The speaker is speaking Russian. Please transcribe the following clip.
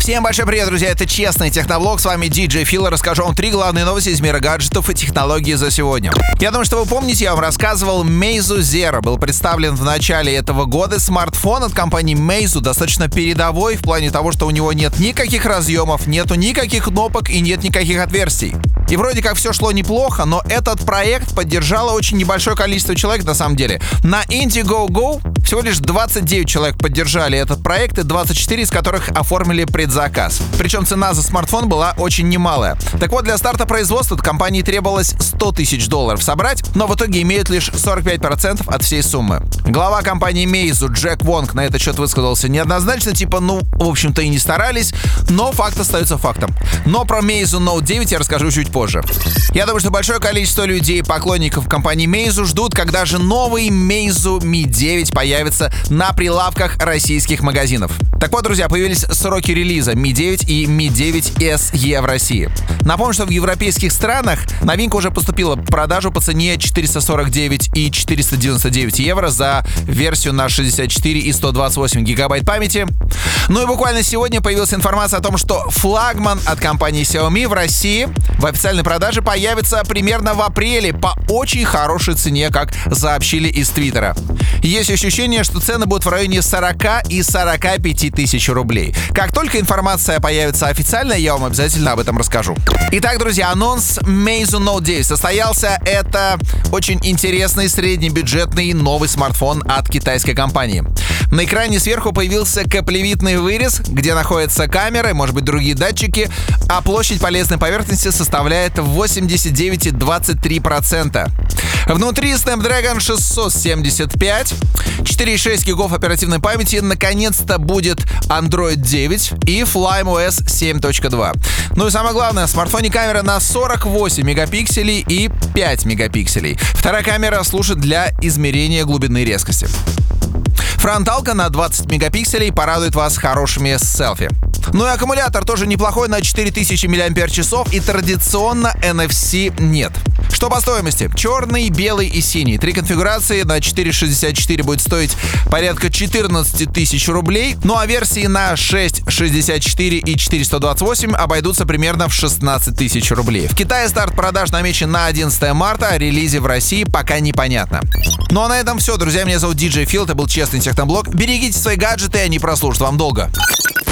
Всем большой привет, друзья, это Честный Техноблог, с вами DJ Phil, расскажу вам 3 главные новости из мира гаджетов и технологий за сегодня. Я думаю, что вы помните, я вам рассказывал, Meizu Zero был представлен в начале этого года. Смартфон от компании Meizu достаточно передовой в плане того, что у него нет никаких разъемов, нету никаких кнопок и нет никаких отверстий. И вроде как все шло неплохо, но этот проект поддержало очень небольшое количество человек на самом деле. На Indiegogo всего лишь 29 человек поддержали этот проект, и 24 из которых оформили предзаказ. Причем цена за смартфон была очень немалая. Так вот, для старта производства компании требовалось $100 тысяч собрать, но в итоге имеют лишь 45% от всей суммы. Глава компании Meizu Джек Вонг на этот счет высказался неоднозначно, типа, в общем-то и не старались, но факт остается фактом. Но про Meizu Note 9 я расскажу чуть позже. Я думаю, что большое количество людей, поклонников компании Meizu, ждут, когда же новый Meizu Mi 9 появится на прилавках российских магазинов. Так вот, друзья, появились сроки релиза Mi 9 и Mi 9 SE в России. Напомню, что в европейских странах новинка уже поступила в продажу по цене 449 и 499 евро за версию на 64 и 128 гигабайт памяти. Ну и буквально сегодня появилась информация о том, что флагман от компании Xiaomi в России в официальной продаже появится примерно в апреле по очень хорошей цене, как сообщили из Твиттера. Есть ощущение, что цены будут в районе 40 и 45 тысяч рублей. Как только информация появится официально, я вам обязательно об этом расскажу. Итак, друзья, анонс Meizu Note 9 состоялся. Это очень интересный среднебюджетный новый смартфон от китайской компании. На экране сверху появился каплевидный вырез, где находятся камеры, может быть, другие датчики, а площадь полезной поверхности составляет 89,23%. Внутри Snapdragon 675, 4,6 гигов оперативной памяти, наконец-то будет Android 9 и FlymeOS 7.2. Ну и самое главное, в смартфоне камера на 48 мегапикселей и 5 мегапикселей. Вторая камера служит для измерения глубины резкости. Фронталка на 20 мегапикселей порадует вас хорошими селфи. Ну и аккумулятор тоже неплохой на 4000 мАч, и традиционно NFC нет. Что по стоимости? Черный, белый и синий. 3 конфигурации на 4,64 будет стоить порядка 14 тысяч рублей. Ну а версии на 6,64 и 428 обойдутся примерно в 16 тысяч рублей. В Китае старт продаж намечен на 11 марта, о релизе в России пока непонятно. Ну а на этом все, друзья. Меня зовут DJ Phil, это был Честный Техноблог. Берегите свои гаджеты, они прослужат вам долго.